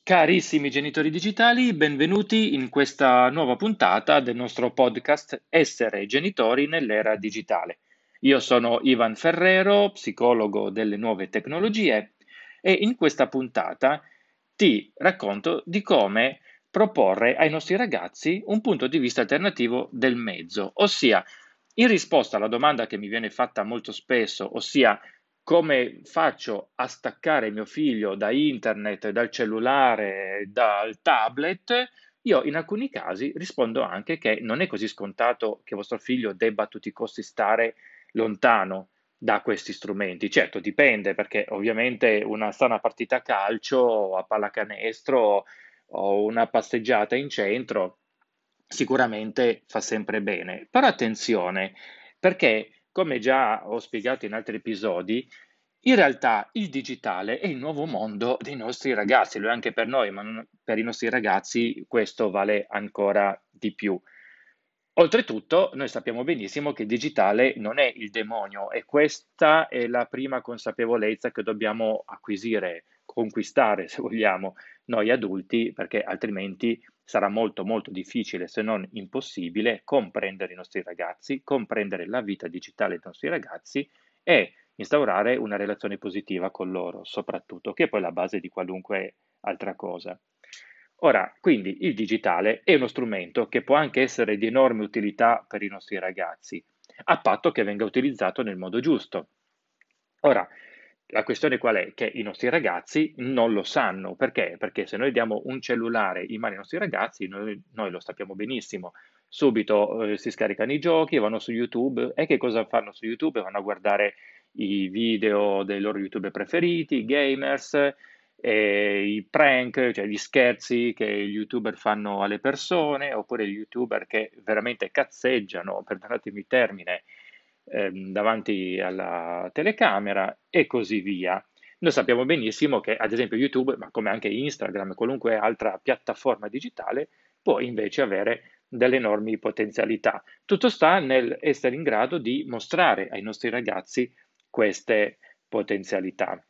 Carissimi genitori digitali, benvenuti in questa nuova puntata del nostro podcast Essere genitori nell'era digitale. Io sono Ivan Ferrero, psicologo delle nuove tecnologie, e in questa puntata ti racconto di come proporre ai nostri ragazzi un punto di vista alternativo del mezzo, ossia in risposta alla domanda che mi viene fatta molto spesso, ossia come faccio a staccare mio figlio da internet, dal cellulare, dal tablet, io in alcuni casi rispondo anche che non è così scontato che vostro figlio debba a tutti i costi stare lontano da questi strumenti. Certo, dipende, perché ovviamente una sana partita a calcio o a pallacanestro o una passeggiata in centro sicuramente fa sempre bene. Però attenzione, perché come già ho spiegato in altri episodi, in realtà il digitale è il nuovo mondo dei nostri ragazzi, lo è anche per noi, ma per i nostri ragazzi questo vale ancora di più. Oltretutto, noi sappiamo benissimo che il digitale non è il demonio e questa è la prima consapevolezza che dobbiamo acquisire, conquistare, se vogliamo, noi adulti, perché altrimenti sarà molto molto difficile, se non impossibile, comprendere i nostri ragazzi, comprendere la vita digitale dei nostri ragazzi e instaurare una relazione positiva con loro, soprattutto, che è poi la base di qualunque altra cosa. Ora, quindi il digitale è uno strumento che può anche essere di enorme utilità per i nostri ragazzi, a patto che venga utilizzato nel modo giusto. Ora, la questione qual è? Che i nostri ragazzi non lo sanno. Perché? Perché se noi diamo un cellulare in mano ai nostri ragazzi, noi lo sappiamo benissimo. Subito si scaricano i giochi, vanno su YouTube e che cosa fanno su YouTube? Vanno a guardare i video dei loro YouTuber preferiti, i gamers, i prank, cioè gli scherzi che gli YouTuber fanno alle persone, oppure gli YouTuber che veramente cazzeggiano, perdonatemi il termine, davanti alla telecamera e così via. Noi sappiamo benissimo che, ad esempio, YouTube, ma come anche Instagram e qualunque altra piattaforma digitale, può invece avere delle enormi potenzialità. Tutto sta nel essere in grado di mostrare ai nostri ragazzi queste potenzialità.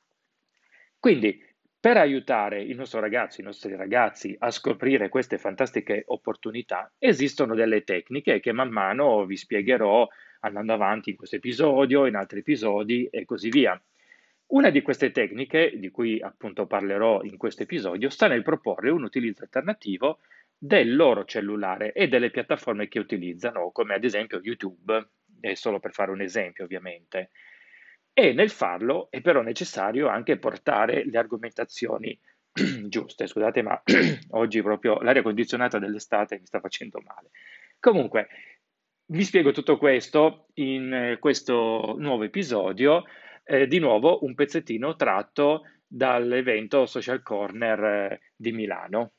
Quindi, per aiutare il nostro ragazzo, i nostri ragazzi a scoprire queste fantastiche opportunità, esistono delle tecniche che man mano vi spiegherò andando avanti in questo episodio, in altri episodi e così via. Una di queste tecniche, di cui appunto parlerò in questo episodio, sta nel proporre un utilizzo alternativo del loro cellulare e delle piattaforme che utilizzano, come ad esempio YouTube, è solo per fare un esempio ovviamente. E nel farlo è però necessario anche portare le argomentazioni giuste. Scusate, ma oggi proprio l'aria condizionata dell'estate mi sta facendo male. Comunque, vi spiego tutto questo in questo nuovo episodio, di nuovo un pezzettino tratto dall'evento Social Corner di Milano.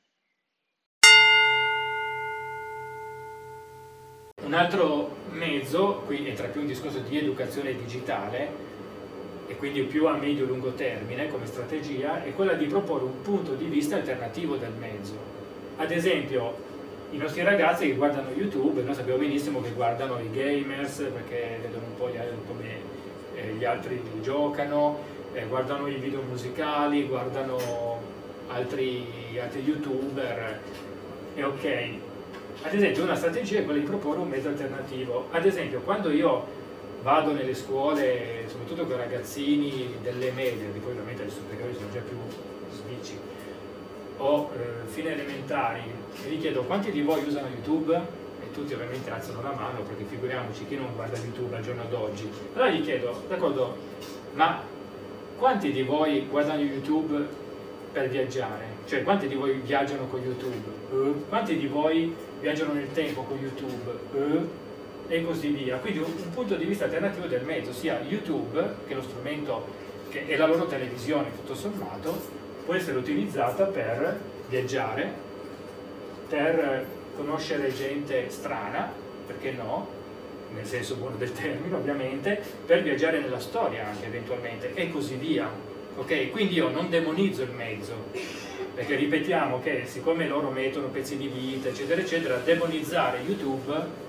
Un altro mezzo, qui entra più un discorso di educazione digitale e quindi più a medio-lungo termine come strategia, è quella di proporre un punto di vista alternativo del mezzo. Ad esempio, i nostri ragazzi che guardano YouTube, noi sappiamo benissimo che guardano i gamers perché vedono un po' come gli altri giocano, guardano i video musicali, guardano altri YouTuber, e ok. Ad esempio una strategia è quella di proporre un mezzo alternativo. Ad esempio quando io vado nelle scuole, soprattutto con i ragazzini delle medie, che poi ovviamente le superiori sono già più svici, o fine elementari, e gli chiedo quanti di voi usano YouTube? E tutti ovviamente alzano la mano, perché figuriamoci chi non guarda YouTube al giorno d'oggi. Allora gli chiedo, d'accordo, ma quanti di voi guardano YouTube per viaggiare? Cioè quanti di voi viaggiano con YouTube? Quanti di voi viaggiano nel tempo con YouTube? E così via. Quindi un punto di vista alternativo del mezzo, sia YouTube, che è lo strumento che è la loro televisione tutto sommato, può essere utilizzata per viaggiare, per conoscere gente strana, perché no, nel senso buono del termine ovviamente, per viaggiare nella storia anche eventualmente e così via. Ok? Quindi io non demonizzo il mezzo, perché ripetiamo che siccome loro mettono pezzi di vita eccetera eccetera, demonizzare YouTube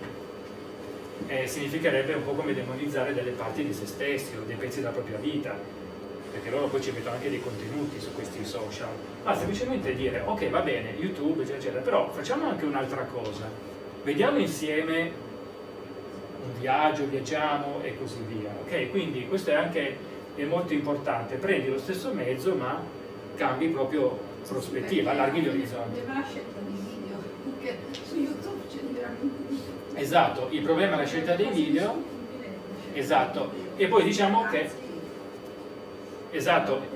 significherebbe un po' come demonizzare delle parti di se stessi o dei pezzi della propria vita. perché loro poi ci mettono anche dei contenuti su questi social, ma semplicemente dire ok, va bene, YouTube eccetera, eccetera, però facciamo anche un'altra cosa, vediamo insieme un viaggio, viaggiamo e così via, ok? Quindi questo è molto importante, prendi lo stesso mezzo ma cambi proprio prospettiva, allarghi gli orizzonti. È una scelta di video, perché su YouTube c'è veramente di tutto. Esatto, il problema è la scelta dei video, esatto, e poi diciamo che, esatto,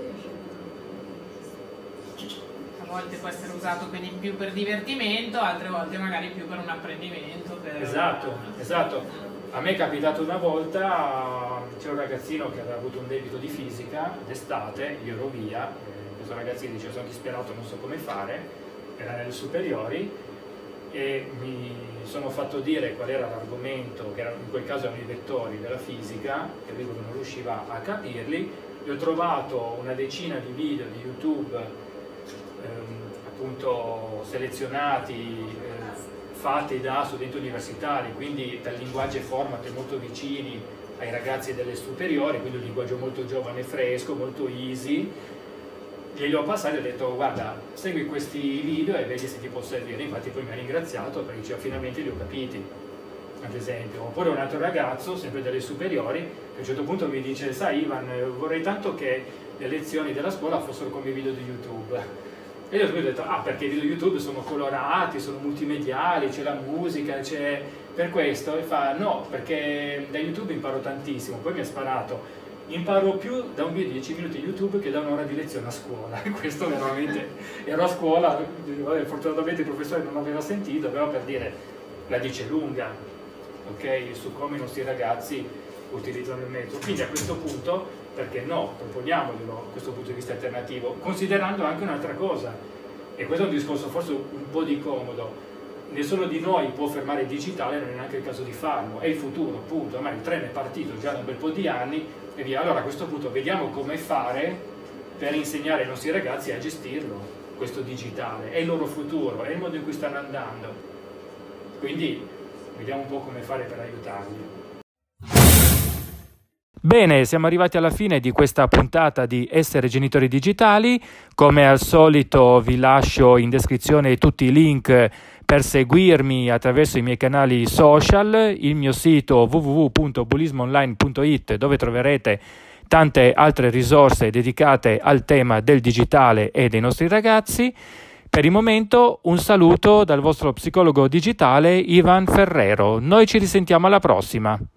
a volte può essere usato quindi più per divertimento, altre volte magari più per un apprendimento. Esatto. A me è capitato una volta, c'era un ragazzino che aveva avuto un debito di fisica d'estate, io ero via, questo ragazzino diceva sono disperato, non so come fare, era nelle superiori, e mi sono fatto dire qual era l'argomento, che in quel caso erano i vettori della fisica, che lui non riusciva a capirli. Gli ho trovato una decina di video di YouTube appunto selezionati, fatti da studenti universitari, quindi dal linguaggio e format molto vicini ai ragazzi delle superiori, quindi un linguaggio molto giovane e fresco, molto easy. Glieli ho passati e ho detto guarda, segui questi video e vedi se ti può servire. Infatti poi mi ha ringraziato perché diceva finalmente li ho capiti, ad esempio. Oppure un altro ragazzo, sempre delle superiori, che a un certo punto mi dice sai Ivan, vorrei tanto che le lezioni della scuola fossero come i video di YouTube. E io ho detto, perché i video YouTube sono colorati, sono multimediali, c'è la musica, c'è per questo. E fa, no, perché da YouTube imparo tantissimo. Poi mi ha sparato, imparo più da un video di 10 minuti di YouTube che da un'ora di lezione a scuola. E questo veramente, ero a scuola, fortunatamente il professore non aveva sentito, però per dire, la dice lunga, ok, su come i nostri ragazzi utilizzano il mezzo. Quindi a questo punto, perché no, proponiamoglielo questo punto di vista alternativo, considerando anche un'altra cosa, e questo è un discorso forse un po' di comodo, nessuno di noi può fermare il digitale, non è neanche il caso di farlo, è il futuro, appunto, ormai il treno è partito già da un bel po' di anni e via. Allora a questo punto vediamo come fare per insegnare ai nostri ragazzi a gestirlo, questo digitale, è il loro futuro, è il modo in cui stanno andando, quindi vediamo un po' come fare per aiutarli. Bene, siamo arrivati alla fine di questa puntata di Essere Genitori Digitali. Come al solito vi lascio in descrizione tutti i link per seguirmi attraverso i miei canali social, il mio sito www.bullismoonline.it, dove troverete tante altre risorse dedicate al tema del digitale e dei nostri ragazzi. Per il momento un saluto dal vostro psicologo digitale Ivan Ferrero. Noi ci risentiamo alla prossima.